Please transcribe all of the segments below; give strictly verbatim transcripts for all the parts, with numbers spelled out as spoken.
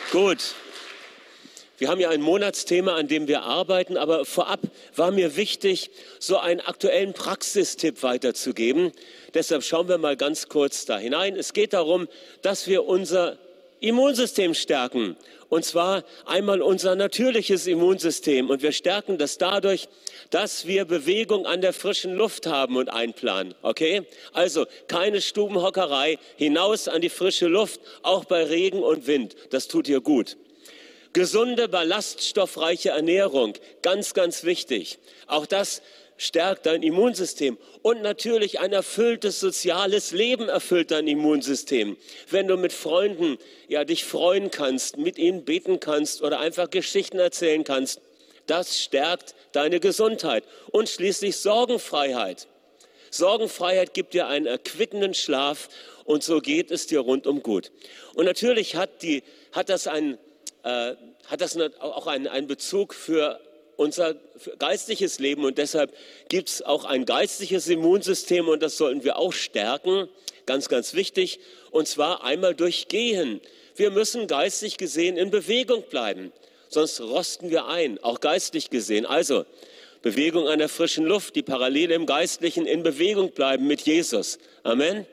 Gut. Wir haben ja ein Monatsthema, an dem wir arbeiten, aber vorab war mir wichtig, so einen aktuellen Praxistipp weiterzugeben. Deshalb schauen wir mal ganz kurz da hinein. Es geht darum, dass wir unser Immunsystem stärken. Und zwar einmal unser natürliches Immunsystem. Und wir stärken das dadurch, dass wir Bewegung an der frischen Luft haben und einplanen. Okay? Also keine Stubenhockerei, hinaus an die frische Luft, auch bei Regen und Wind. Das tut dir gut. Gesunde, ballaststoffreiche Ernährung, ganz, ganz wichtig. Auch das stärkt dein Immunsystem. Und natürlich ein erfülltes soziales Leben erfüllt dein Immunsystem. Wenn du mit Freunden ja, dich freuen kannst, mit ihnen beten kannst oder einfach Geschichten erzählen kannst, das stärkt deine Gesundheit. Und schließlich Sorgenfreiheit. Sorgenfreiheit gibt dir einen erquickenden Schlaf und so geht es dir rundum gut. Und natürlich hat, die, hat das einen Äh, hat das auch einen, einen Bezug für unser für geistliches Leben und deshalb gibt es auch ein geistliches Immunsystem und das sollten wir auch stärken, ganz, ganz wichtig, und zwar einmal durch Gehen. Wir müssen geistlich gesehen in Bewegung bleiben, sonst rosten wir ein, auch geistlich gesehen. Also Bewegung an der frischen Luft, die Parallele im Geistlichen, in Bewegung bleiben mit Jesus. Amen.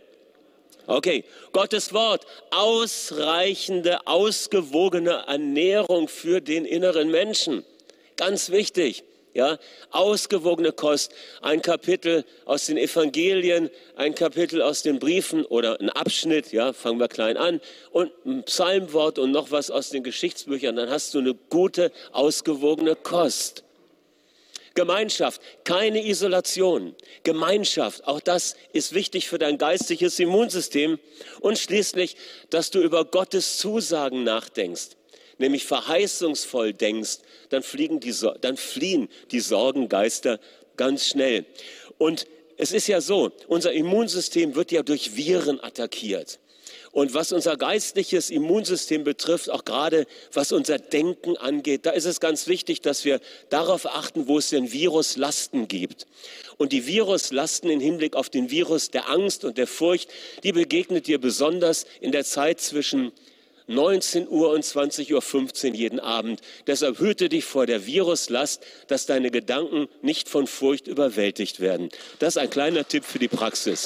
Okay, Gottes Wort, ausreichende, ausgewogene Ernährung für den inneren Menschen. Ganz wichtig, ja, ausgewogene Kost. Ein Kapitel aus den Evangelien, ein Kapitel aus den Briefen oder ein Abschnitt, ja, fangen wir klein an, und ein Psalmwort und noch was aus den Geschichtsbüchern, dann hast du eine gute, ausgewogene Kost. Gemeinschaft, keine Isolation. Gemeinschaft, auch das ist wichtig für dein geistliches Immunsystem. Und schließlich, dass du über Gottes Zusagen nachdenkst, nämlich verheißungsvoll denkst, dann, fliegen die, dann fliehen die Sorgengeister ganz schnell. Und es ist ja so, unser Immunsystem wird ja durch Viren attackiert. Und was unser geistliches Immunsystem betrifft, auch gerade was unser Denken angeht, da ist es ganz wichtig, dass wir darauf achten, wo es denn Viruslasten gibt. Und die Viruslasten im Hinblick auf den Virus der Angst und der Furcht, die begegnet dir besonders in der Zeit zwischen neunzehn Uhr und zwanzig Uhr fünfzehn jeden Abend. Deshalb hüte dich vor der Viruslast, dass deine Gedanken nicht von Furcht überwältigt werden. Das ist ein kleiner Tipp für die Praxis.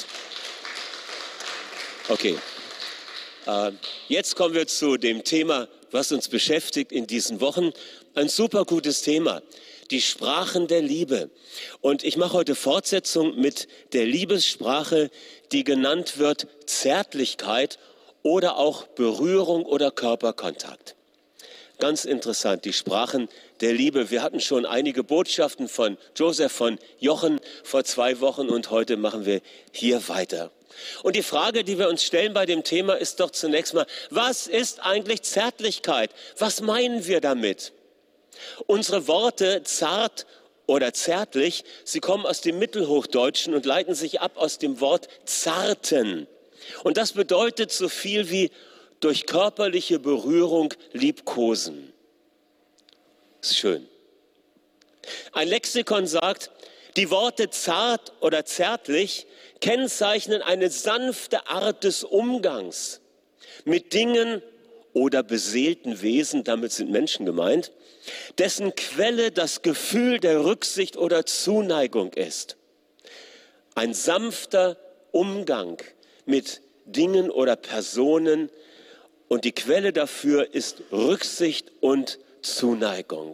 Okay. Jetzt kommen wir zu dem Thema, was uns beschäftigt in diesen Wochen. Ein super gutes Thema, die Sprachen der Liebe. Und ich mache heute Fortsetzung mit der Liebessprache, die genannt wird Zärtlichkeit oder auch Berührung oder Körperkontakt. Ganz interessant, die Sprachen der Liebe. Wir hatten schon einige Botschaften von Joseph, von Jochen vor zwei Wochen und heute machen wir hier weiter. Und die Frage, die wir uns stellen bei dem Thema, ist doch zunächst mal, was ist eigentlich Zärtlichkeit? Was meinen wir damit? Unsere Worte zart oder zärtlich, sie kommen aus dem Mittelhochdeutschen und leiten sich ab aus dem Wort zarten. Und das bedeutet so viel wie durch körperliche Berührung liebkosen. Ist schön. Ein Lexikon sagt, die Worte zart oder zärtlich kennzeichnen eine sanfte Art des Umgangs mit Dingen oder beseelten Wesen, damit sind Menschen gemeint, dessen Quelle das Gefühl der Rücksicht oder Zuneigung ist. Ein sanfter Umgang mit Dingen oder Personen und die Quelle dafür ist Rücksicht und Zuneigung.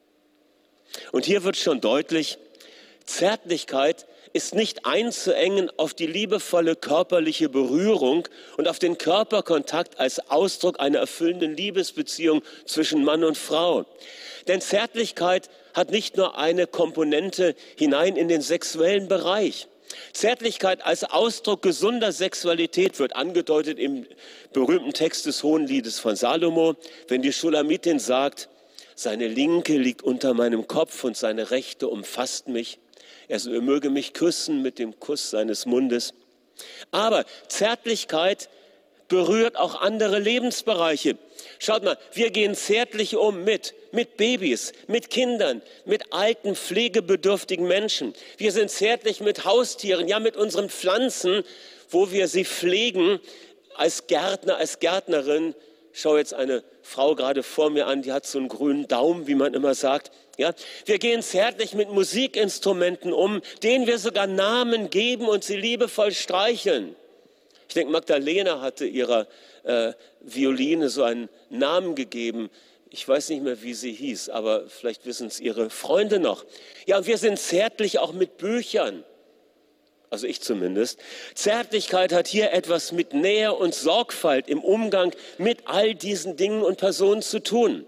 Und hier wird schon deutlich, Zärtlichkeit ist nicht einzuengen auf die liebevolle körperliche Berührung und auf den Körperkontakt als Ausdruck einer erfüllenden Liebesbeziehung zwischen Mann und Frau. Denn Zärtlichkeit hat nicht nur eine Komponente hinein in den sexuellen Bereich. Zärtlichkeit als Ausdruck gesunder Sexualität wird angedeutet im berühmten Text des Hohenliedes von Salomo, wenn die Schulamitin sagt, seine Linke liegt unter meinem Kopf und seine Rechte umfasst mich. Er möge mich küssen mit dem Kuss seines Mundes. Aber Zärtlichkeit berührt auch andere Lebensbereiche. Schaut mal, wir gehen zärtlich um mit, mit Babys, mit Kindern, mit alten, pflegebedürftigen Menschen. Wir sind zärtlich mit Haustieren, ja mit unseren Pflanzen, wo wir sie pflegen. Als Gärtner, als Gärtnerin schaue jetzt eine Frau gerade vor mir an, die hat so einen grünen Daumen, wie man immer sagt. Ja, wir gehen zärtlich mit Musikinstrumenten um, denen wir sogar Namen geben und sie liebevoll streicheln. Ich denke, Magdalena hatte ihrer äh, Violine so einen Namen gegeben. Ich weiß nicht mehr, wie sie hieß, aber vielleicht wissen es ihre Freunde noch. Ja, und wir sind zärtlich auch mit Büchern. Also ich zumindest. Zärtlichkeit hat hier etwas mit Nähe und Sorgfalt im Umgang mit all diesen Dingen und Personen zu tun.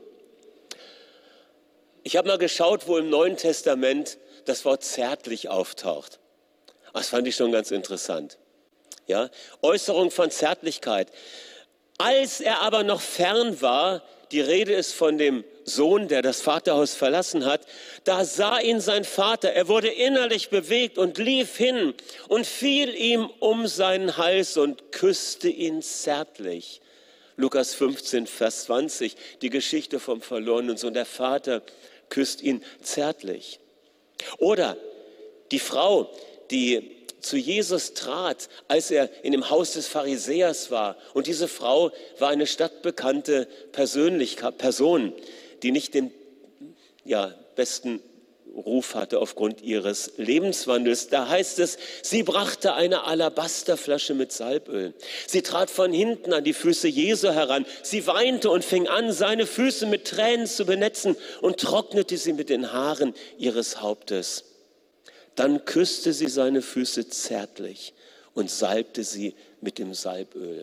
Ich habe mal geschaut, wo im Neuen Testament das Wort zärtlich auftaucht. Das fand ich schon ganz interessant. Ja, Äußerung von Zärtlichkeit. Als er aber noch fern war, die Rede ist von dem Sohn, der das Vaterhaus verlassen hat, da sah ihn sein Vater, er wurde innerlich bewegt und lief hin und fiel ihm um seinen Hals und küsste ihn zärtlich. Lukas fünfzehn, Vers zwanzig, die Geschichte vom verlorenen Sohn. Der Vater küsst ihn zärtlich. Oder die Frau, die zu Jesus trat, als er in dem Haus des Pharisäers war. Und diese Frau war eine stadtbekannte Persönlichkeit, Person, die nicht den ja, besten Ruf hatte aufgrund ihres Lebenswandels. Da heißt es, sie brachte eine Alabasterflasche mit Salböl. Sie trat von hinten an die Füße Jesu heran. Sie weinte und fing an, seine Füße mit Tränen zu benetzen und trocknete sie mit den Haaren ihres Hauptes. Dann küsste sie seine Füße zärtlich und salbte sie mit dem Salböl.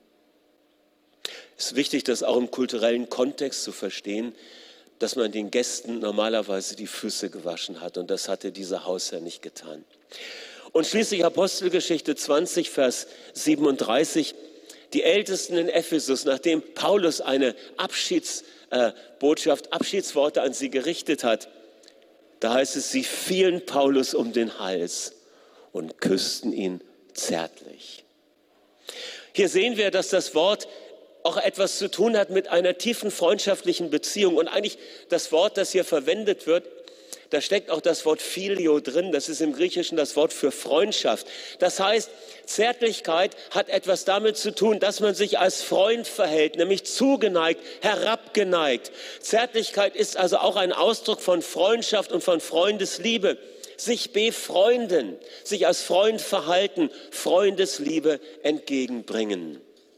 Es ist wichtig, das auch im kulturellen Kontext zu verstehen, dass man den Gästen normalerweise die Füße gewaschen hat. Und das hatte dieser Hausherr nicht getan. Und schließlich Apostelgeschichte zwanzig, Vers siebenunddreißig. Die Ältesten in Ephesus, nachdem Paulus eine Abschiedsbotschaft, Abschiedsworte an sie gerichtet hat, da heißt es, sie fielen Paulus um den Hals und küssten ihn zärtlich. Hier sehen wir, dass das Wort auch etwas zu tun hat mit einer tiefen freundschaftlichen Beziehung. Und eigentlich das Wort, das hier verwendet wird, da steckt auch das Wort Phileo drin. Das ist im Griechischen das Wort für Freundschaft. Das heißt, Zärtlichkeit hat etwas damit zu tun, dass man sich als Freund verhält, nämlich zugeneigt, herabgeneigt. Zärtlichkeit ist also auch ein Ausdruck von Freundschaft und von Freundesliebe. Sich befreunden, sich als Freund verhalten, Freundesliebe entgegenbringen.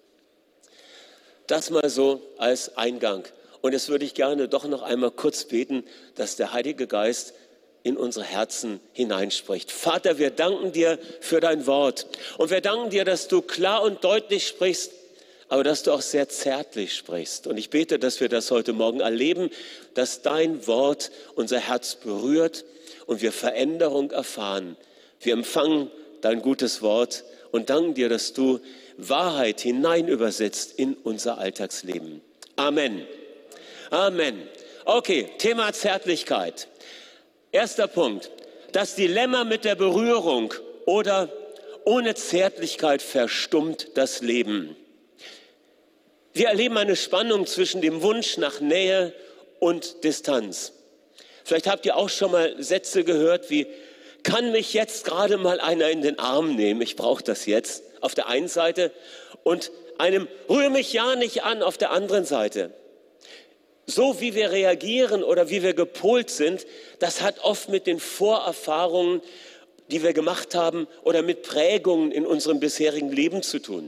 Das mal so als Eingang. Und jetzt würde ich gerne doch noch einmal kurz beten, dass der Heilige Geist in unsere Herzen hineinspricht. Vater, wir danken dir für dein Wort. Und wir danken dir, dass du klar und deutlich sprichst, aber dass du auch sehr zärtlich sprichst. Und ich bete, dass wir das heute Morgen erleben, dass dein Wort unser Herz berührt und wir Veränderung erfahren. Wir empfangen dein gutes Wort und danken dir, dass du Wahrheit hinein übersetzt in unser Alltagsleben. Amen. Amen. Okay, Thema Zärtlichkeit. Erster Punkt, das Dilemma mit der Berührung oder ohne Zärtlichkeit verstummt das Leben. Wir erleben eine Spannung zwischen dem Wunsch nach Nähe und Distanz. Vielleicht habt ihr auch schon mal Sätze gehört wie, kann mich jetzt gerade mal einer in den Arm nehmen? Ich brauche das jetzt. Auf der einen Seite und einem rühr mich ja nicht an auf der anderen Seite. So wie wir reagieren oder wie wir gepolt sind, das hat oft mit den Vorerfahrungen, die wir gemacht haben oder mit Prägungen in unserem bisherigen Leben zu tun.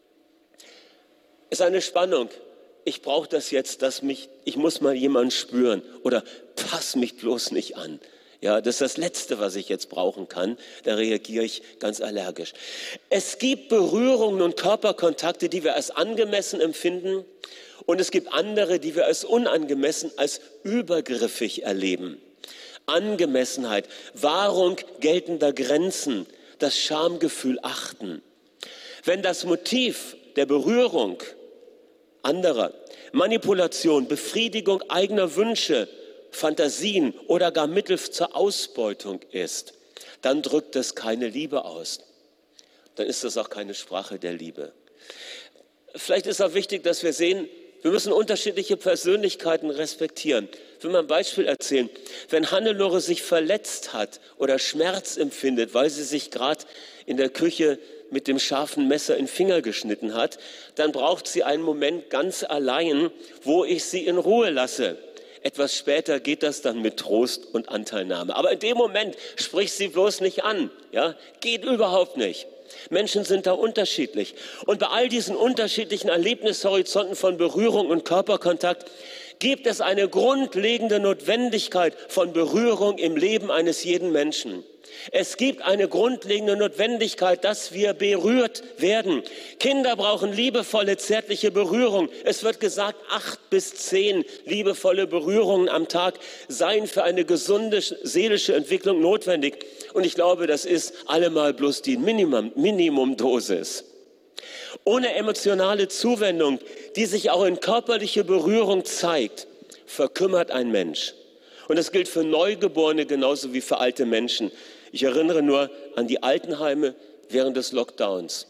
Es ist eine Spannung. Ich brauche das jetzt, dass mich, ich muss mal jemanden spüren oder pass mich bloß nicht an. Ja, das ist das Letzte, was ich jetzt brauchen kann. Da reagiere ich ganz allergisch. Es gibt Berührungen und Körperkontakte, die wir als angemessen empfinden. Und es gibt andere, die wir als unangemessen, als übergriffig erleben. Angemessenheit, Wahrung geltender Grenzen, das Schamgefühl achten. Wenn das Motiv der Berührung anderer, Manipulation, Befriedigung eigener Wünsche, Fantasien oder gar Mittel zur Ausbeutung ist, dann drückt das keine Liebe aus. Dann ist das auch keine Sprache der Liebe. Vielleicht ist auch wichtig, dass wir sehen, wir müssen unterschiedliche Persönlichkeiten respektieren. Ich will mal ein Beispiel erzählen. Wenn Hannelore sich verletzt hat oder Schmerz empfindet, weil sie sich gerade in der Küche mit dem scharfen Messer in den Finger geschnitten hat, dann braucht sie einen Moment ganz allein, wo ich sie in Ruhe lasse. Etwas später geht das dann mit Trost und Anteilnahme. Aber in dem Moment sprich sie bloß nicht an. Ja? Geht überhaupt nicht. Menschen sind da unterschiedlich. Und bei all diesen unterschiedlichen Erlebnishorizonten von Berührung und Körperkontakt gibt es eine grundlegende Notwendigkeit von Berührung im Leben eines jeden Menschen. Es gibt eine grundlegende Notwendigkeit, dass wir berührt werden. Kinder brauchen liebevolle, zärtliche Berührung. Es wird gesagt, acht bis zehn liebevolle Berührungen am Tag seien für eine gesunde seelische Entwicklung notwendig. Und ich glaube, das ist allemal bloß die Minimum, Minimumdosis. Ohne emotionale Zuwendung, die sich auch in körperliche Berührung zeigt, verkümmert ein Mensch. Und das gilt für Neugeborene genauso wie für alte Menschen. Ich erinnere nur an die Altenheime während des Lockdowns.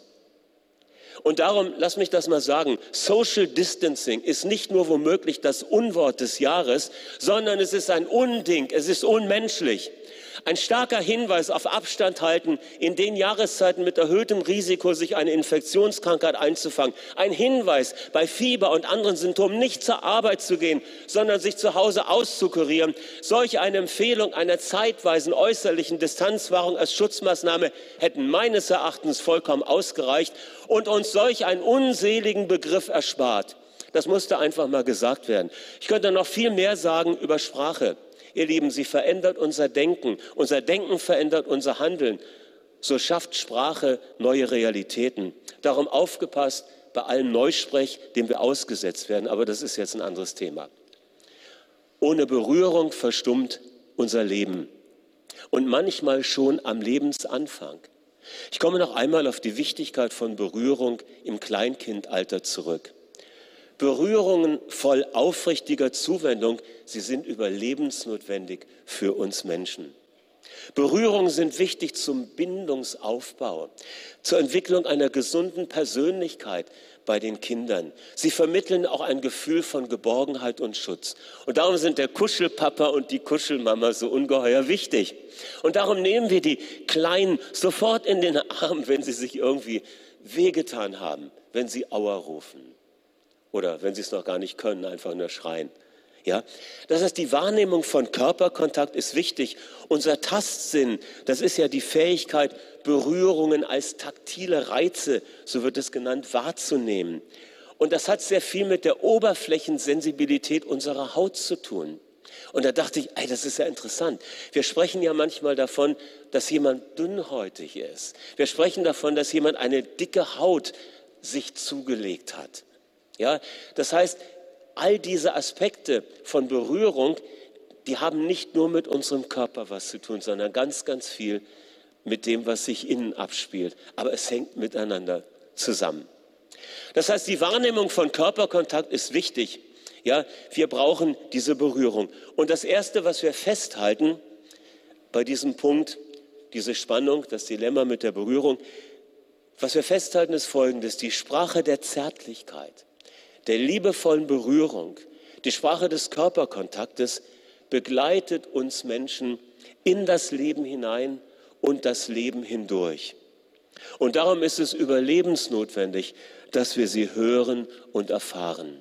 Und darum, lass mich das mal sagen, Social Distancing ist nicht nur womöglich das Unwort des Jahres, sondern es ist ein Unding, es ist unmenschlich. Ein starker Hinweis auf Abstand halten in den Jahreszeiten mit erhöhtem Risiko, sich eine Infektionskrankheit einzufangen. Ein Hinweis, bei Fieber und anderen Symptomen nicht zur Arbeit zu gehen, sondern sich zu Hause auszukurieren. Solch eine Empfehlung einer zeitweisen äußerlichen Distanzwahrung als Schutzmaßnahme hätten meines Erachtens vollkommen ausgereicht und uns solch einen unseligen Begriff erspart. Das musste einfach mal gesagt werden. Ich könnte noch viel mehr sagen über Sprache. Ihr Lieben, sie verändert unser Denken. Unser Denken verändert unser Handeln. So schafft Sprache neue Realitäten. Darum aufgepasst bei allem Neusprech, dem wir ausgesetzt werden. Aber das ist jetzt ein anderes Thema. Ohne Berührung verstummt unser Leben. Und manchmal schon am Lebensanfang. Ich komme noch einmal auf die Wichtigkeit von Berührung im Kleinkindalter zurück. Berührungen voll aufrichtiger Zuwendung, sie sind überlebensnotwendig für uns Menschen. Berührungen sind wichtig zum Bindungsaufbau, zur Entwicklung einer gesunden Persönlichkeit bei den Kindern. Sie vermitteln auch ein Gefühl von Geborgenheit und Schutz. Und darum sind der Kuschelpapa und die Kuschelmama so ungeheuer wichtig. Und darum nehmen wir die Kleinen sofort in den Arm, wenn sie sich irgendwie wehgetan haben, wenn sie Aua rufen. Oder wenn sie es noch gar nicht können, einfach nur schreien. Ja? Das heißt, die Wahrnehmung von Körperkontakt ist wichtig. Unser Tastsinn, das ist ja die Fähigkeit, Berührungen als taktile Reize, so wird es genannt, wahrzunehmen. Und das hat sehr viel mit der Oberflächensensibilität unserer Haut zu tun. Und da dachte ich, ey, das ist ja interessant. Wir sprechen ja manchmal davon, dass jemand dünnhäutig ist. Wir sprechen davon, dass jemand eine dicke Haut sich zugelegt hat. Ja, das heißt, all diese Aspekte von Berührung, die haben nicht nur mit unserem Körper was zu tun, sondern ganz, ganz viel mit dem, was sich innen abspielt. Aber es hängt miteinander zusammen. Das heißt, die Wahrnehmung von Körperkontakt ist wichtig. Ja, wir brauchen diese Berührung. Und das Erste, was wir festhalten bei diesem Punkt, diese Spannung, das Dilemma mit der Berührung, was wir festhalten, ist Folgendes: Die Sprache der Zärtlichkeit, der liebevollen Berührung, die Sprache des Körperkontaktes begleitet uns Menschen in das Leben hinein und das Leben hindurch. Und darum ist es überlebensnotwendig, dass wir sie hören und erfahren.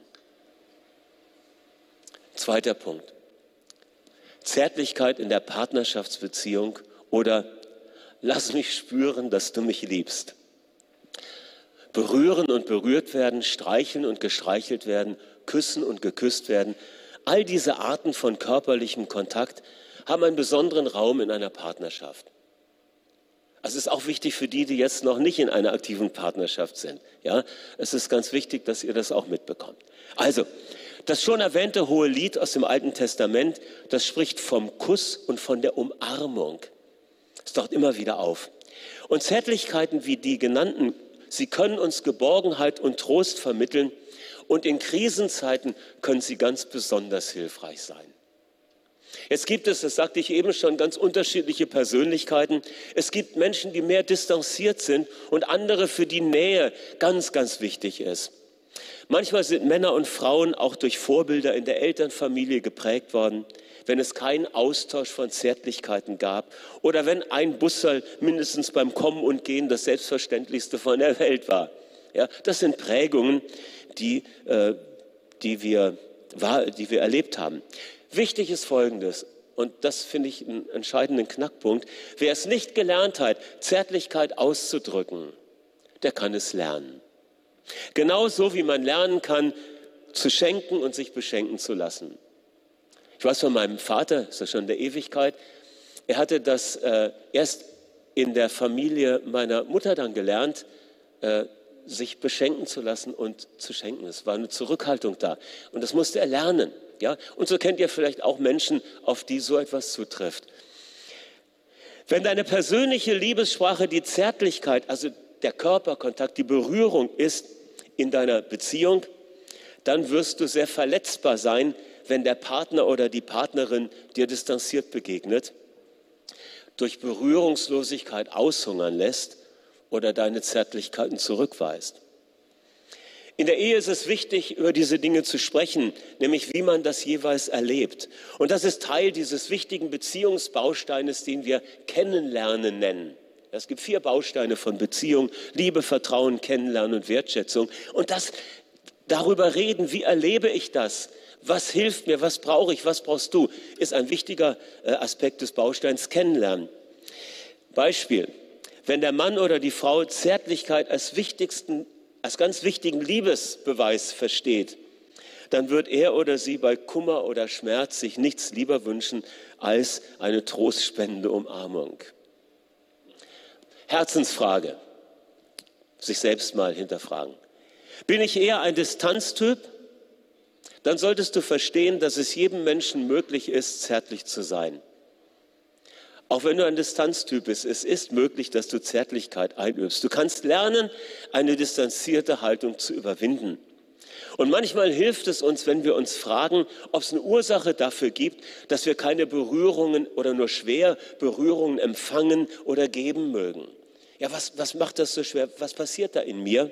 Zweiter Punkt. Zärtlichkeit in der Partnerschaftsbeziehung oder lass mich spüren, dass du mich liebst. Berühren und berührt werden, streicheln und gestreichelt werden, küssen und geküsst werden. All diese Arten von körperlichem Kontakt haben einen besonderen Raum in einer Partnerschaft. Also es ist auch wichtig für die, die jetzt noch nicht in einer aktiven Partnerschaft sind. Ja, es ist ganz wichtig, dass ihr das auch mitbekommt. Also, das schon erwähnte hohe Lied aus dem Alten Testament, das spricht vom Kuss und von der Umarmung. Es taucht immer wieder auf. Und Zärtlichkeiten wie die genannten, sie können uns Geborgenheit und Trost vermitteln und in Krisenzeiten können sie ganz besonders hilfreich sein. Jetzt gibt es, das sagte ich eben schon, ganz unterschiedliche Persönlichkeiten. Es gibt Menschen, die mehr distanziert sind und andere, für die Nähe ganz, ganz wichtig ist. Manchmal sind Männer und Frauen auch durch Vorbilder in der Elternfamilie geprägt worden. wenn es keinen Austausch von Zärtlichkeiten gab oder wenn ein Busserl mindestens beim Kommen und Gehen das Selbstverständlichste von der Welt war. Ja, das sind Prägungen, die, äh, die, wir, die wir erlebt haben. Wichtig ist Folgendes, und das finde ich einen entscheidenden Knackpunkt: Wer es nicht gelernt hat, Zärtlichkeit auszudrücken, der kann es lernen. Genauso wie man lernen kann, zu schenken und sich beschenken zu lassen. Ich weiß von meinem Vater, ist das schon in der Ewigkeit, er hatte das äh, erst in der Familie meiner Mutter dann gelernt, äh, sich beschenken zu lassen und zu schenken. Es war eine Zurückhaltung da und das musste er lernen. Ja? Und so kennt ihr vielleicht auch Menschen, auf die so etwas zutrifft. Wenn deine persönliche Liebessprache die Zärtlichkeit, also der Körperkontakt, die Berührung ist in deiner Beziehung, dann wirst du sehr verletzbar sein, wenn der Partner oder die Partnerin dir distanziert begegnet, durch Berührungslosigkeit aushungern lässt oder deine Zärtlichkeiten zurückweist. In der Ehe ist es wichtig, über diese Dinge zu sprechen, nämlich wie man das jeweils erlebt. Und das ist Teil dieses wichtigen Beziehungsbausteines, den wir Kennenlernen nennen. Es gibt vier Bausteine von Beziehung: Liebe, Vertrauen, Kennenlernen und Wertschätzung. Und das, darüber reden, wie erlebe ich das? Was hilft mir? Was brauche ich? Was brauchst du? Ist ein wichtiger äh, Aspekt des Bausteins Kennenlernen. Beispiel: Wenn der Mann oder die Frau Zärtlichkeit als wichtigsten, als ganz wichtigen Liebesbeweis versteht, dann wird er oder sie bei Kummer oder Schmerz sich nichts lieber wünschen als eine trostspendende Umarmung. Herzensfrage: Sich selbst mal hinterfragen. Bin ich eher ein Distanztyp? Dann solltest du verstehen, dass es jedem Menschen möglich ist, zärtlich zu sein. Auch wenn du ein Distanztyp bist, es ist möglich, dass du Zärtlichkeit einübst. Du kannst lernen, eine distanzierte Haltung zu überwinden. Und manchmal hilft es uns, wenn wir uns fragen, ob es eine Ursache dafür gibt, dass wir keine Berührungen oder nur schwer Berührungen empfangen oder geben mögen. Ja, was, was macht das so schwer? Was passiert da in mir?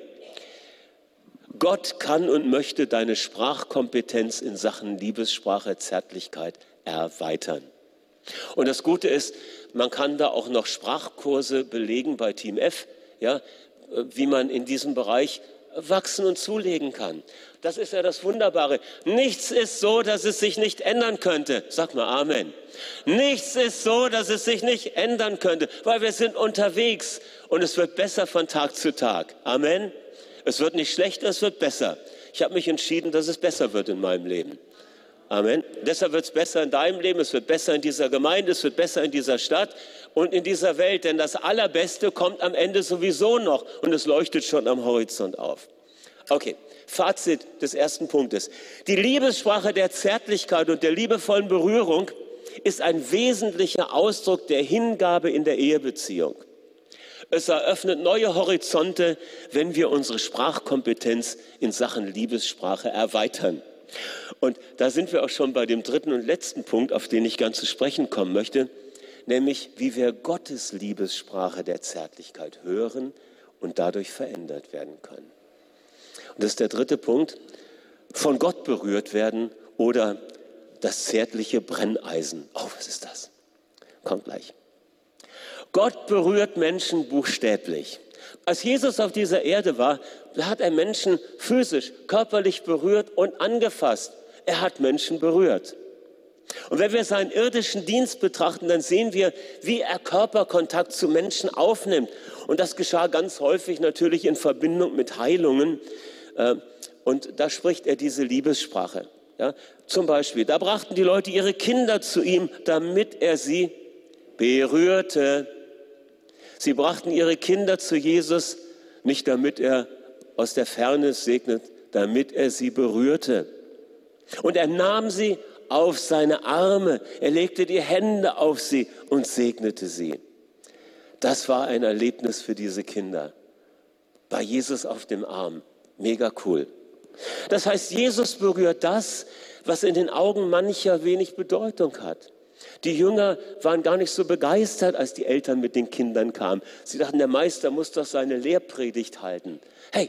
Gott kann und möchte deine Sprachkompetenz in Sachen Liebessprache, Zärtlichkeit erweitern. Und das Gute ist, man kann da auch noch Sprachkurse belegen bei Team F, ja, wie man in diesem Bereich wachsen und zulegen kann. Das ist ja das Wunderbare. Nichts ist so, dass es sich nicht ändern könnte. Sag mal Amen. Nichts ist so, dass es sich nicht ändern könnte, weil wir sind unterwegs und es wird besser von Tag zu Tag. Amen. Es wird nicht schlechter, es wird besser. Ich habe mich entschieden, dass es besser wird in meinem Leben. Amen. Deshalb wird es besser in deinem Leben, es wird besser in dieser Gemeinde, es wird besser in dieser Stadt und in dieser Welt. Denn das Allerbeste kommt am Ende sowieso noch und es leuchtet schon am Horizont auf. Okay, Fazit des ersten Punktes. Die Liebessprache der Zärtlichkeit und der liebevollen Berührung ist ein wesentlicher Ausdruck der Hingabe in der Ehebeziehung. Es eröffnet neue Horizonte, wenn wir unsere Sprachkompetenz in Sachen Liebessprache erweitern. Und da sind wir auch schon bei dem dritten und letzten Punkt, auf den ich ganz zu sprechen kommen möchte, nämlich wie wir Gottes Liebessprache der Zärtlichkeit hören und dadurch verändert werden können. Und das ist der dritte Punkt: Von Gott berührt werden oder das zärtliche Brenneisen. Oh, was ist das? Kommt gleich. Gott berührt Menschen buchstäblich. Als Jesus auf dieser Erde war, da hat er Menschen physisch, körperlich berührt und angefasst. Er hat Menschen berührt. Und wenn wir seinen irdischen Dienst betrachten, dann sehen wir, wie er Körperkontakt zu Menschen aufnimmt. Und das geschah ganz häufig natürlich in Verbindung mit Heilungen. Und da spricht er diese Liebessprache. Ja, zum Beispiel, da brachten die Leute ihre Kinder zu ihm, damit er sie berührte. Sie brachten ihre Kinder zu Jesus, nicht damit er aus der Ferne segnet, damit er sie berührte. Und er nahm sie auf seine Arme, er legte die Hände auf sie und segnete sie. Das war ein Erlebnis für diese Kinder. Bei Jesus auf dem Arm. Mega cool. Das heißt, Jesus berührt das, was in den Augen mancher wenig Bedeutung hat. Die Jünger waren gar nicht so begeistert, als die Eltern mit den Kindern kamen. Sie dachten, der Meister muss doch seine Lehrpredigt halten. Hey,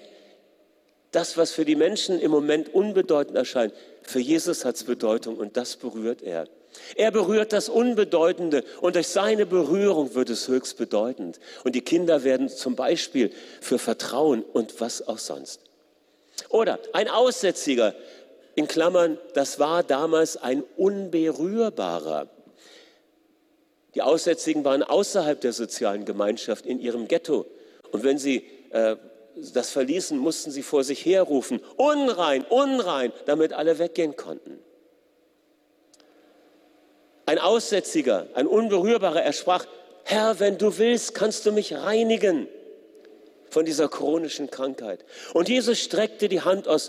das, was für die Menschen im Moment unbedeutend erscheint, für Jesus hat es Bedeutung und das berührt er. Er berührt das Unbedeutende und durch seine Berührung wird es höchst bedeutend. Und die Kinder werden zum Beispiel für Vertrauen und was auch sonst. Oder ein Aussätziger, in Klammern, das war damals ein Unberührbarer. Die Aussätzigen waren außerhalb der sozialen Gemeinschaft in ihrem Ghetto. Und wenn sie äh, das verließen, mussten sie vor sich herrufen, unrein, unrein, damit alle weggehen konnten. Ein Aussätziger, ein Unberührbarer, er sprach, Herr, wenn du willst, kannst du mich reinigen von dieser chronischen Krankheit. Und Jesus streckte die Hand aus,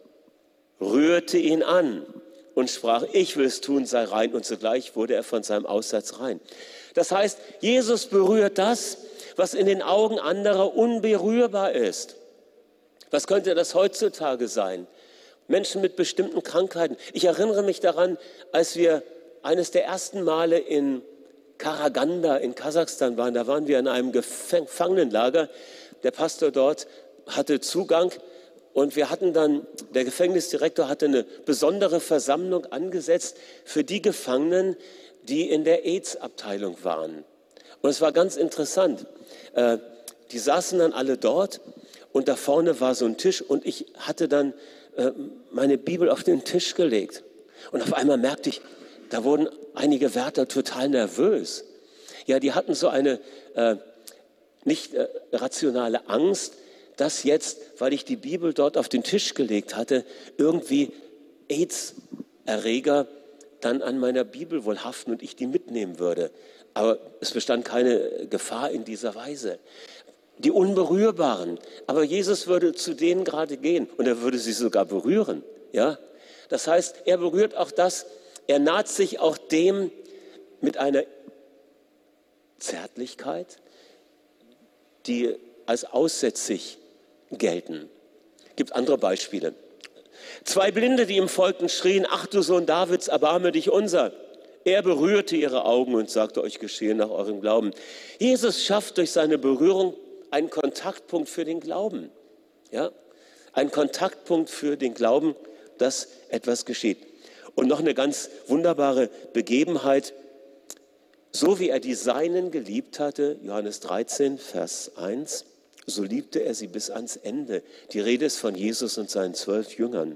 rührte ihn an und sprach, ich will es tun, sei rein. Und sogleich wurde er von seinem Aussatz rein. Das heißt, Jesus berührt das, was in den Augen anderer unberührbar ist. Was könnte das heutzutage sein? Menschen mit bestimmten Krankheiten. Ich erinnere mich daran, als wir eines der ersten Male in Karaganda in Kasachstan waren, da waren wir in einem Gefangenenlager. Der Pastor dort hatte Zugang und wir hatten dann, der Gefängnisdirektor hatte eine besondere Versammlung angesetzt für die Gefangenen, die in der AIDS-Abteilung waren. Und es war ganz interessant. Äh, die saßen dann alle dort und da vorne war so ein Tisch und ich hatte dann äh, meine Bibel auf den Tisch gelegt. Und auf einmal merkte ich, da wurden einige Wärter total nervös. Ja, die hatten so eine äh, nicht äh, rationale Angst, dass jetzt, weil ich die Bibel dort auf den Tisch gelegt hatte, irgendwie AIDS-Erreger dann an meiner Bibel wohl haften und ich die mitnehmen würde. Aber es bestand keine Gefahr in dieser Weise. Die Unberührbaren. Aber Jesus würde zu denen gerade gehen und er würde sie sogar berühren. Ja? Das heißt, er berührt auch das, er naht sich auch dem mit einer Zärtlichkeit, die als aussätzig gelten. Es gibt andere Beispiele. Zwei Blinde, die ihm folgten, schrien, ach du Sohn Davids, erbarme dich unser. Er berührte ihre Augen und sagte, euch geschehe nach eurem Glauben. Jesus schafft durch seine Berührung einen Kontaktpunkt für den Glauben. Ja? Einen Kontaktpunkt für den Glauben, dass etwas geschieht. Und noch eine ganz wunderbare Begebenheit. So wie er die Seinen geliebt hatte, Johannes dreizehn, Vers eins, so liebte er sie bis ans Ende. Die Rede ist von Jesus und seinen zwölf Jüngern.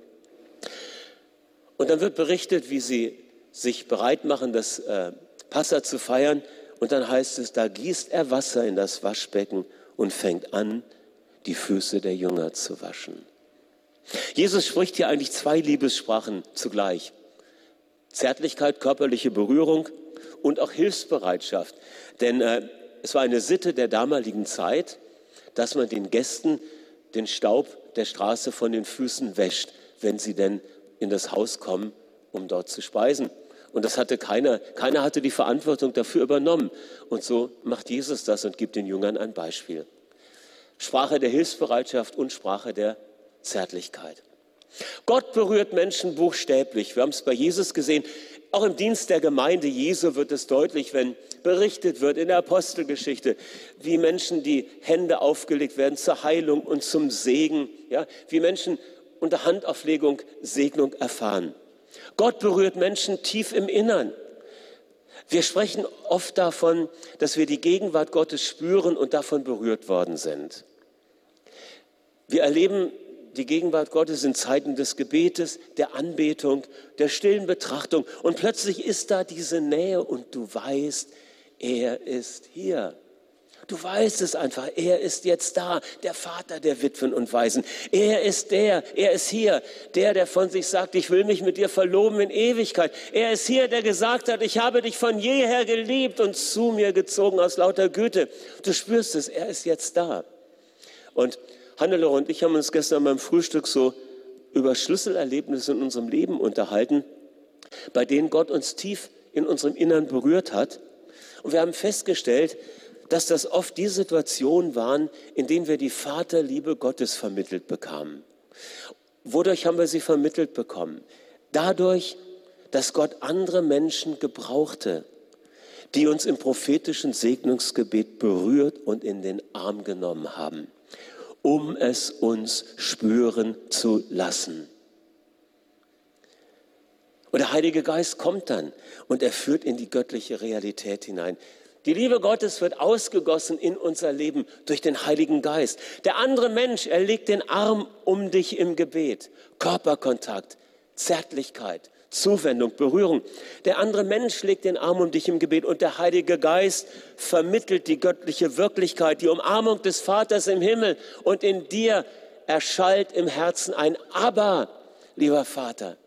Und dann wird berichtet, wie sie sich bereit machen, das äh, Passa zu feiern. Und dann heißt es, da gießt er Wasser in das Waschbecken und fängt an, die Füße der Jünger zu waschen. Jesus spricht hier eigentlich zwei Liebessprachen zugleich. Zärtlichkeit, körperliche Berührung und auch Hilfsbereitschaft. Denn äh, es war eine Sitte der damaligen Zeit, dass man den Gästen den Staub der Straße von den Füßen wäscht, wenn sie denn in das Haus kommen, um dort zu speisen. Und das hatte keiner, keiner hatte die Verantwortung dafür übernommen. Und so macht Jesus das und gibt den Jüngern ein Beispiel. Sprache der Hilfsbereitschaft und Sprache der Zärtlichkeit. Gott berührt Menschen buchstäblich. Wir haben es bei Jesus gesehen. Auch im Dienst der Gemeinde Jesu wird es deutlich, wenn berichtet wird in der Apostelgeschichte, wie Menschen die Hände aufgelegt werden zur Heilung und zum Segen, ja, wie Menschen unter Handauflegung Segnung erfahren. Gott berührt Menschen tief im Innern. Wir sprechen oft davon, dass wir die Gegenwart Gottes spüren und davon berührt worden sind. Wir erleben die Gegenwart Gottes in Zeiten des Gebetes, der Anbetung, der stillen Betrachtung. Und plötzlich ist da diese Nähe und du weißt, er ist hier. Du weißt es einfach, er ist jetzt da, der Vater der Witwen und Waisen. Er ist der, er ist hier, der, der von sich sagt, ich will mich mit dir verloben in Ewigkeit. Er ist hier, der gesagt hat, ich habe dich von jeher geliebt und zu mir gezogen aus lauter Güte. Du spürst es, er ist jetzt da. Und Hannelore und ich haben uns gestern beim Frühstück so über Schlüsselerlebnisse in unserem Leben unterhalten, bei denen Gott uns tief in unserem Innern berührt hat. Und wir haben festgestellt, dass das oft die Situationen waren, in denen wir die Vaterliebe Gottes vermittelt bekamen. Wodurch haben wir sie vermittelt bekommen? Dadurch, dass Gott andere Menschen gebrauchte, die uns im prophetischen Segnungsgebet berührt und in den Arm genommen haben, um es uns spüren zu lassen. Und der Heilige Geist kommt dann und er führt in die göttliche Realität hinein. Die Liebe Gottes wird ausgegossen in unser Leben durch den Heiligen Geist. Der andere Mensch, er legt den Arm um dich im Gebet. Körperkontakt, Zärtlichkeit, Zuwendung, Berührung. Der andere Mensch legt den Arm um dich im Gebet und der Heilige Geist vermittelt die göttliche Wirklichkeit, die Umarmung des Vaters im Himmel. Und in dir erschallt im Herzen ein Aber, lieber Vater.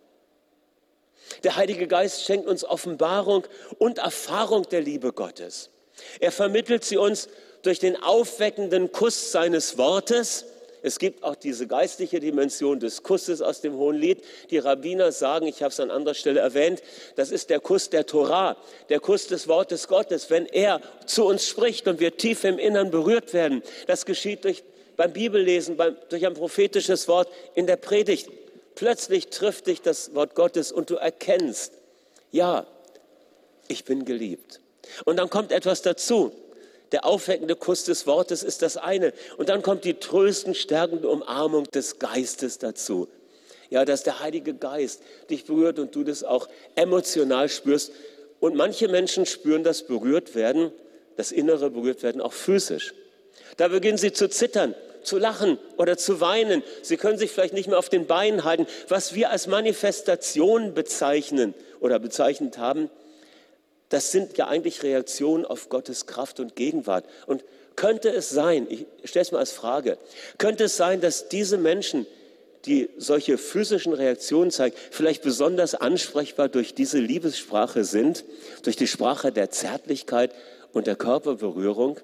Der Heilige Geist schenkt uns Offenbarung und Erfahrung der Liebe Gottes. Er vermittelt sie uns durch den aufweckenden Kuss seines Wortes. Es gibt auch diese geistliche Dimension des Kusses aus dem Hohenlied. Die Rabbiner sagen, ich habe es an anderer Stelle erwähnt, das ist der Kuss der Torah, der Kuss des Wortes Gottes, wenn er zu uns spricht und wir tief im Innern berührt werden. Das geschieht durch, beim Bibellesen, beim, durch ein prophetisches Wort in der Predigt. Plötzlich trifft dich das Wort Gottes und du erkennst, ja, ich bin geliebt. Und dann kommt etwas dazu. Der aufweckende Kuss des Wortes ist das eine. Und dann kommt die tröstend stärkende Umarmung des Geistes dazu. Ja, dass der Heilige Geist dich berührt und du das auch emotional spürst. Und manche Menschen spüren das Berührtwerden, das innere Berührtwerden auch physisch. Da beginnen sie zu zittern, zu lachen oder zu weinen. Sie können sich vielleicht nicht mehr auf den Beinen halten. Was wir als Manifestation bezeichnen oder bezeichnet haben, das sind ja eigentlich Reaktionen auf Gottes Kraft und Gegenwart. Und könnte es sein, ich stelle es mal als Frage, könnte es sein, dass diese Menschen, die solche physischen Reaktionen zeigen, vielleicht besonders ansprechbar durch diese Liebessprache sind, durch die Sprache der Zärtlichkeit und der Körperberührung?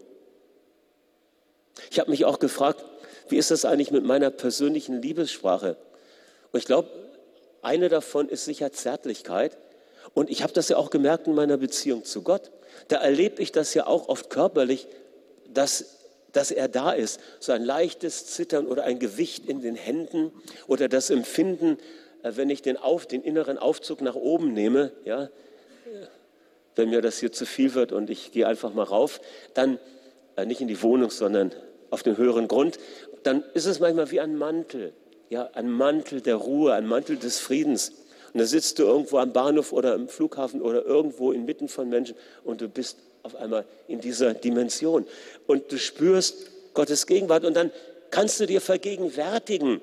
Ich habe mich auch gefragt, wie ist das eigentlich mit meiner persönlichen Liebessprache? Und ich glaube, eine davon ist sicher Zärtlichkeit. Und ich habe das ja auch gemerkt in meiner Beziehung zu Gott. Da erlebe ich das ja auch oft körperlich, dass, dass er da ist. So ein leichtes Zittern oder ein Gewicht in den Händen oder das Empfinden, wenn ich den, auf, den inneren Aufzug nach oben nehme, ja, wenn mir das hier zu viel wird und ich gehe einfach mal rauf, dann äh, nicht in die Wohnung, sondern auf den höheren Grund, dann ist es manchmal wie ein Mantel, ja, ein Mantel der Ruhe, ein Mantel des Friedens. Und da sitzt du irgendwo am Bahnhof oder im Flughafen oder irgendwo inmitten von Menschen und du bist auf einmal in dieser Dimension. Und du spürst Gottes Gegenwart und dann kannst du dir vergegenwärtigen,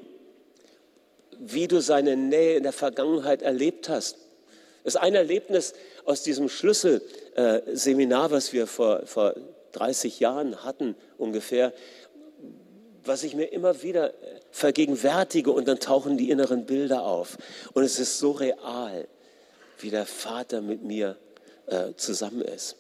wie du seine Nähe in der Vergangenheit erlebt hast. Das ist ein Erlebnis aus diesem Schlüsselseminar, was wir vor, vor dreißig Jahren hatten ungefähr, was ich mir immer wieder vergegenwärtige und dann tauchen die inneren Bilder auf. Und es ist so real, wie der Vater mit mir äh, zusammen ist.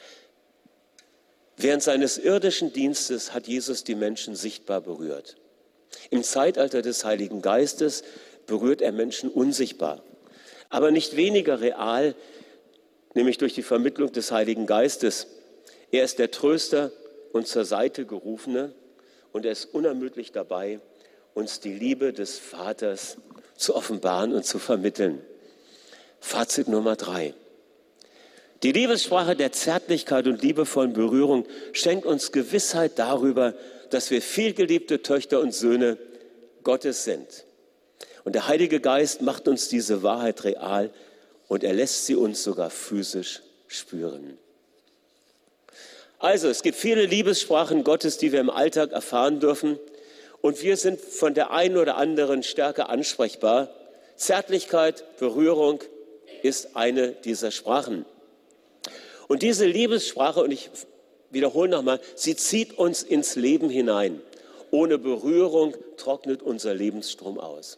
Während seines irdischen Dienstes hat Jesus die Menschen sichtbar berührt. Im Zeitalter des Heiligen Geistes berührt er Menschen unsichtbar, aber nicht weniger real, nämlich durch die Vermittlung des Heiligen Geistes. Er ist der Tröster und zur Seite gerufene und er ist unermüdlich dabei, uns die Liebe des Vaters zu offenbaren und zu vermitteln. Fazit Nummer drei. Die Liebessprache der Zärtlichkeit und liebevollen Berührung schenkt uns Gewissheit darüber, dass wir vielgeliebte Töchter und Söhne Gottes sind. Und der Heilige Geist macht uns diese Wahrheit real und er lässt sie uns sogar physisch spüren. Also, es gibt viele Liebessprachen Gottes, die wir im Alltag erfahren dürfen. Und wir sind von der einen oder anderen stärker ansprechbar. Zärtlichkeit, Berührung ist eine dieser Sprachen. Und diese Liebessprache, und ich wiederhole nochmal, sie zieht uns ins Leben hinein. Ohne Berührung trocknet unser Lebensstrom aus.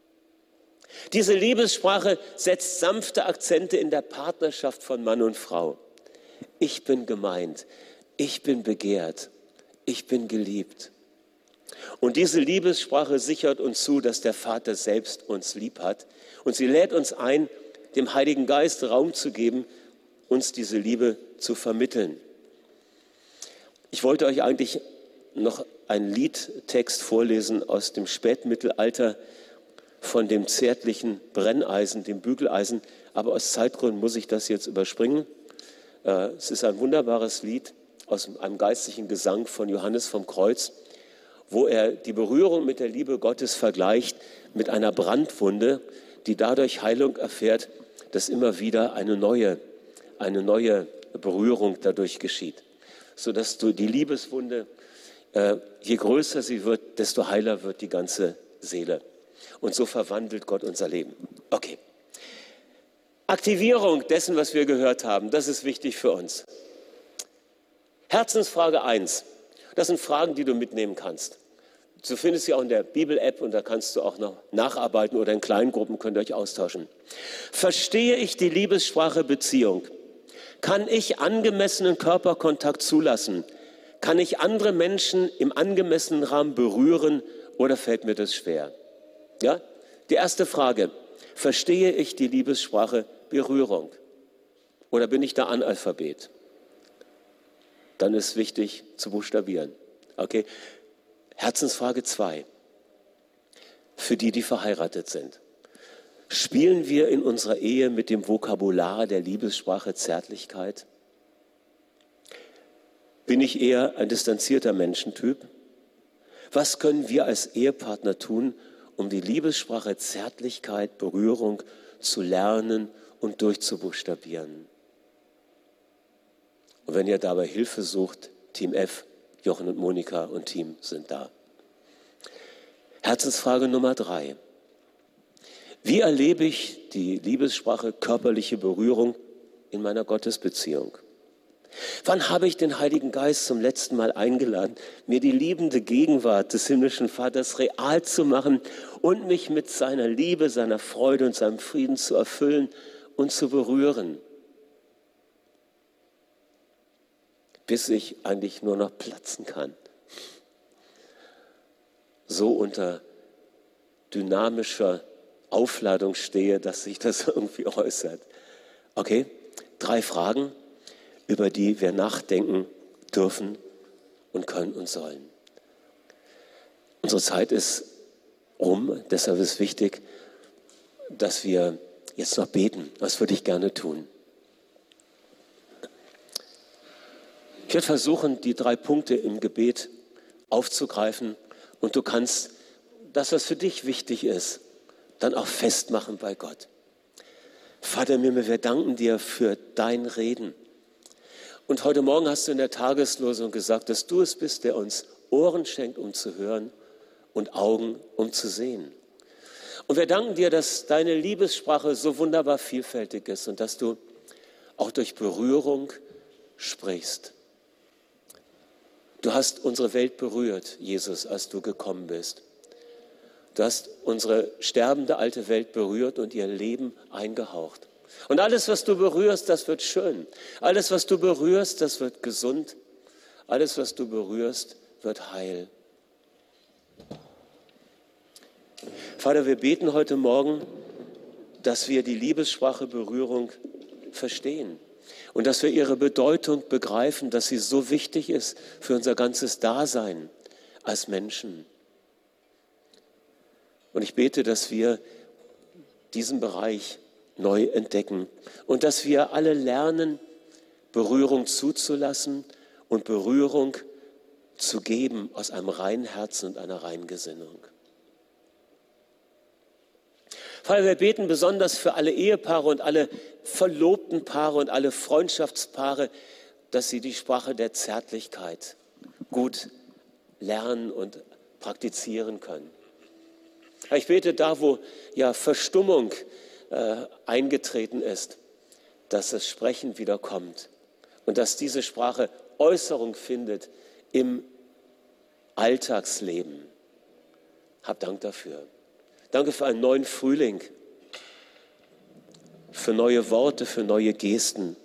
Diese Liebessprache setzt sanfte Akzente in der Partnerschaft von Mann und Frau. Ich bin gemeint, ich bin begehrt, ich bin geliebt. Und diese Liebessprache sichert uns zu, dass der Vater selbst uns lieb hat. Und sie lädt uns ein, dem Heiligen Geist Raum zu geben, uns diese Liebe zu vermitteln. Ich wollte euch eigentlich noch einen Liedtext vorlesen aus dem Spätmittelalter von dem zärtlichen Brenneisen, dem Bügeleisen. Aber aus Zeitgründen muss ich das jetzt überspringen. Es ist ein wunderbares Lied aus einem geistlichen Gesang von Johannes vom Kreuz, wo er die Berührung mit der Liebe Gottes vergleicht mit einer Brandwunde, die dadurch Heilung erfährt, dass immer wieder eine neue, eine neue Berührung dadurch geschieht, sodass du die Liebeswunde, äh, je größer sie wird, desto heiler wird die ganze Seele. Und so verwandelt Gott unser Leben. Okay. Aktivierung dessen, was wir gehört haben, das ist wichtig für uns. Herzensfrage eins. Das sind Fragen, die du mitnehmen kannst. Du findest sie auch in der Bibel-App und da kannst du auch noch nacharbeiten oder in kleinen Gruppen könnt ihr euch austauschen. Verstehe ich die Liebessprache Beziehung? Kann ich angemessenen Körperkontakt zulassen? Kann ich andere Menschen im angemessenen Rahmen berühren oder fällt mir das schwer? Ja? Die erste Frage. Verstehe ich die Liebessprache Berührung? Oder bin ich da Analphabet? Dann ist wichtig zu buchstabieren. Okay? Herzensfrage zwei. Für die, die verheiratet sind. Spielen wir in unserer Ehe mit dem Vokabular der Liebessprache Zärtlichkeit? Bin ich eher ein distanzierter Menschentyp? Was können wir als Ehepartner tun, um die Liebessprache Zärtlichkeit, Berührung zu lernen und durchzubuchstabieren? Und wenn ihr dabei Hilfe sucht, Team F, Jochen und Monika und Team sind da. Herzensfrage Nummer drei. Wie erlebe ich die Liebessprache körperliche Berührung in meiner Gottesbeziehung? Wann habe ich den Heiligen Geist zum letzten Mal eingeladen, mir die liebende Gegenwart des himmlischen Vaters real zu machen und mich mit seiner Liebe, seiner Freude und seinem Frieden zu erfüllen und zu berühren? Bis ich eigentlich nur noch platzen kann. So unter dynamischer Aufladung stehe, dass sich das irgendwie äußert. Okay, drei Fragen, über die wir nachdenken dürfen und können und sollen. Unsere Zeit ist um, deshalb ist wichtig, dass wir jetzt noch beten. Das würde ich gerne tun. Ich werde versuchen, die drei Punkte im Gebet aufzugreifen und du kannst das, was für dich wichtig ist, dann auch festmachen bei Gott. Vater im Himmel, wir danken dir für dein Reden. Und heute Morgen hast du in der Tageslosung gesagt, dass du es bist, der uns Ohren schenkt, um zu hören und Augen, um zu sehen. Und wir danken dir, dass deine Liebessprache so wunderbar vielfältig ist und dass du auch durch Berührung sprichst. Du hast unsere Welt berührt, Jesus, als du gekommen bist. Du hast unsere sterbende alte Welt berührt und ihr Leben eingehaucht. Und alles, was du berührst, das wird schön. Alles, was du berührst, das wird gesund. Alles, was du berührst, wird heil. Vater, wir beten heute Morgen, dass wir die Liebessprache Berührung verstehen. Und dass wir ihre Bedeutung begreifen, dass sie so wichtig ist für unser ganzes Dasein als Menschen. Und ich bete, dass wir diesen Bereich neu entdecken und dass wir alle lernen, Berührung zuzulassen und Berührung zu geben aus einem reinen Herzen und einer reinen Gesinnung. Vater, wir beten besonders für alle Ehepaare und alle verlobten Paare und alle Freundschaftspaare, dass sie die Sprache der Zärtlichkeit gut lernen und praktizieren können. Ich bete da, wo ja Verstummung äh, eingetreten ist, dass das Sprechen wieder kommt und dass diese Sprache Äußerung findet im Alltagsleben. Hab Dank dafür. Danke für einen neuen Frühling, für neue Worte, für neue Gesten.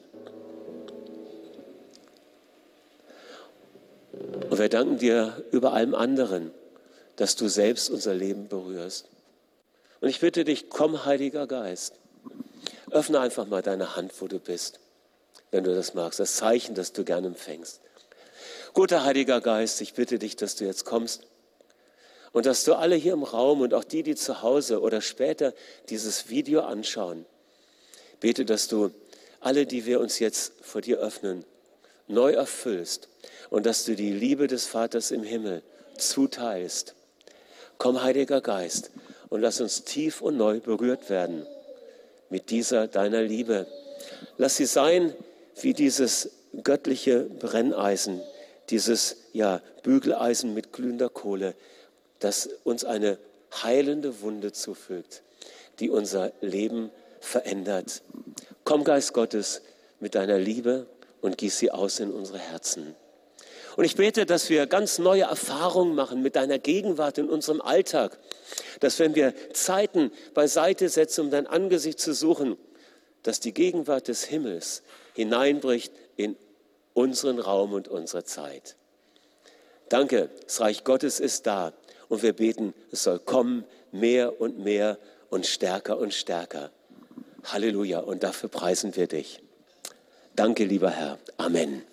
Und wir danken dir über allem anderen, dass du selbst unser Leben berührst. Und ich bitte dich, komm, Heiliger Geist, öffne einfach mal deine Hand, wo du bist, wenn du das magst, das Zeichen, das du gerne empfängst. Guter Heiliger Geist, ich bitte dich, dass du jetzt kommst und dass du alle hier im Raum und auch die, die zu Hause oder später dieses Video anschauen, bete, dass du alle, die wir uns jetzt vor dir öffnen, neu erfüllst und dass du die Liebe des Vaters im Himmel zuteilst. Komm, Heiliger Geist, und lass uns tief und neu berührt werden mit dieser deiner Liebe. Lass sie sein wie dieses göttliche Brenneisen, dieses ja, Bügeleisen mit glühender Kohle, das uns eine heilende Wunde zufügt, die unser Leben verändert. Komm, Geist Gottes, mit deiner Liebe und gieß sie aus in unsere Herzen. Und ich bete, dass wir ganz neue Erfahrungen machen mit deiner Gegenwart in unserem Alltag. Dass wenn wir Zeiten beiseite setzen, um dein Angesicht zu suchen, dass die Gegenwart des Himmels hineinbricht in unseren Raum und unsere Zeit. Danke, das Reich Gottes ist da und wir beten, es soll kommen, mehr und mehr und stärker und stärker. Halleluja, und dafür preisen wir dich. Danke, lieber Herr. Amen.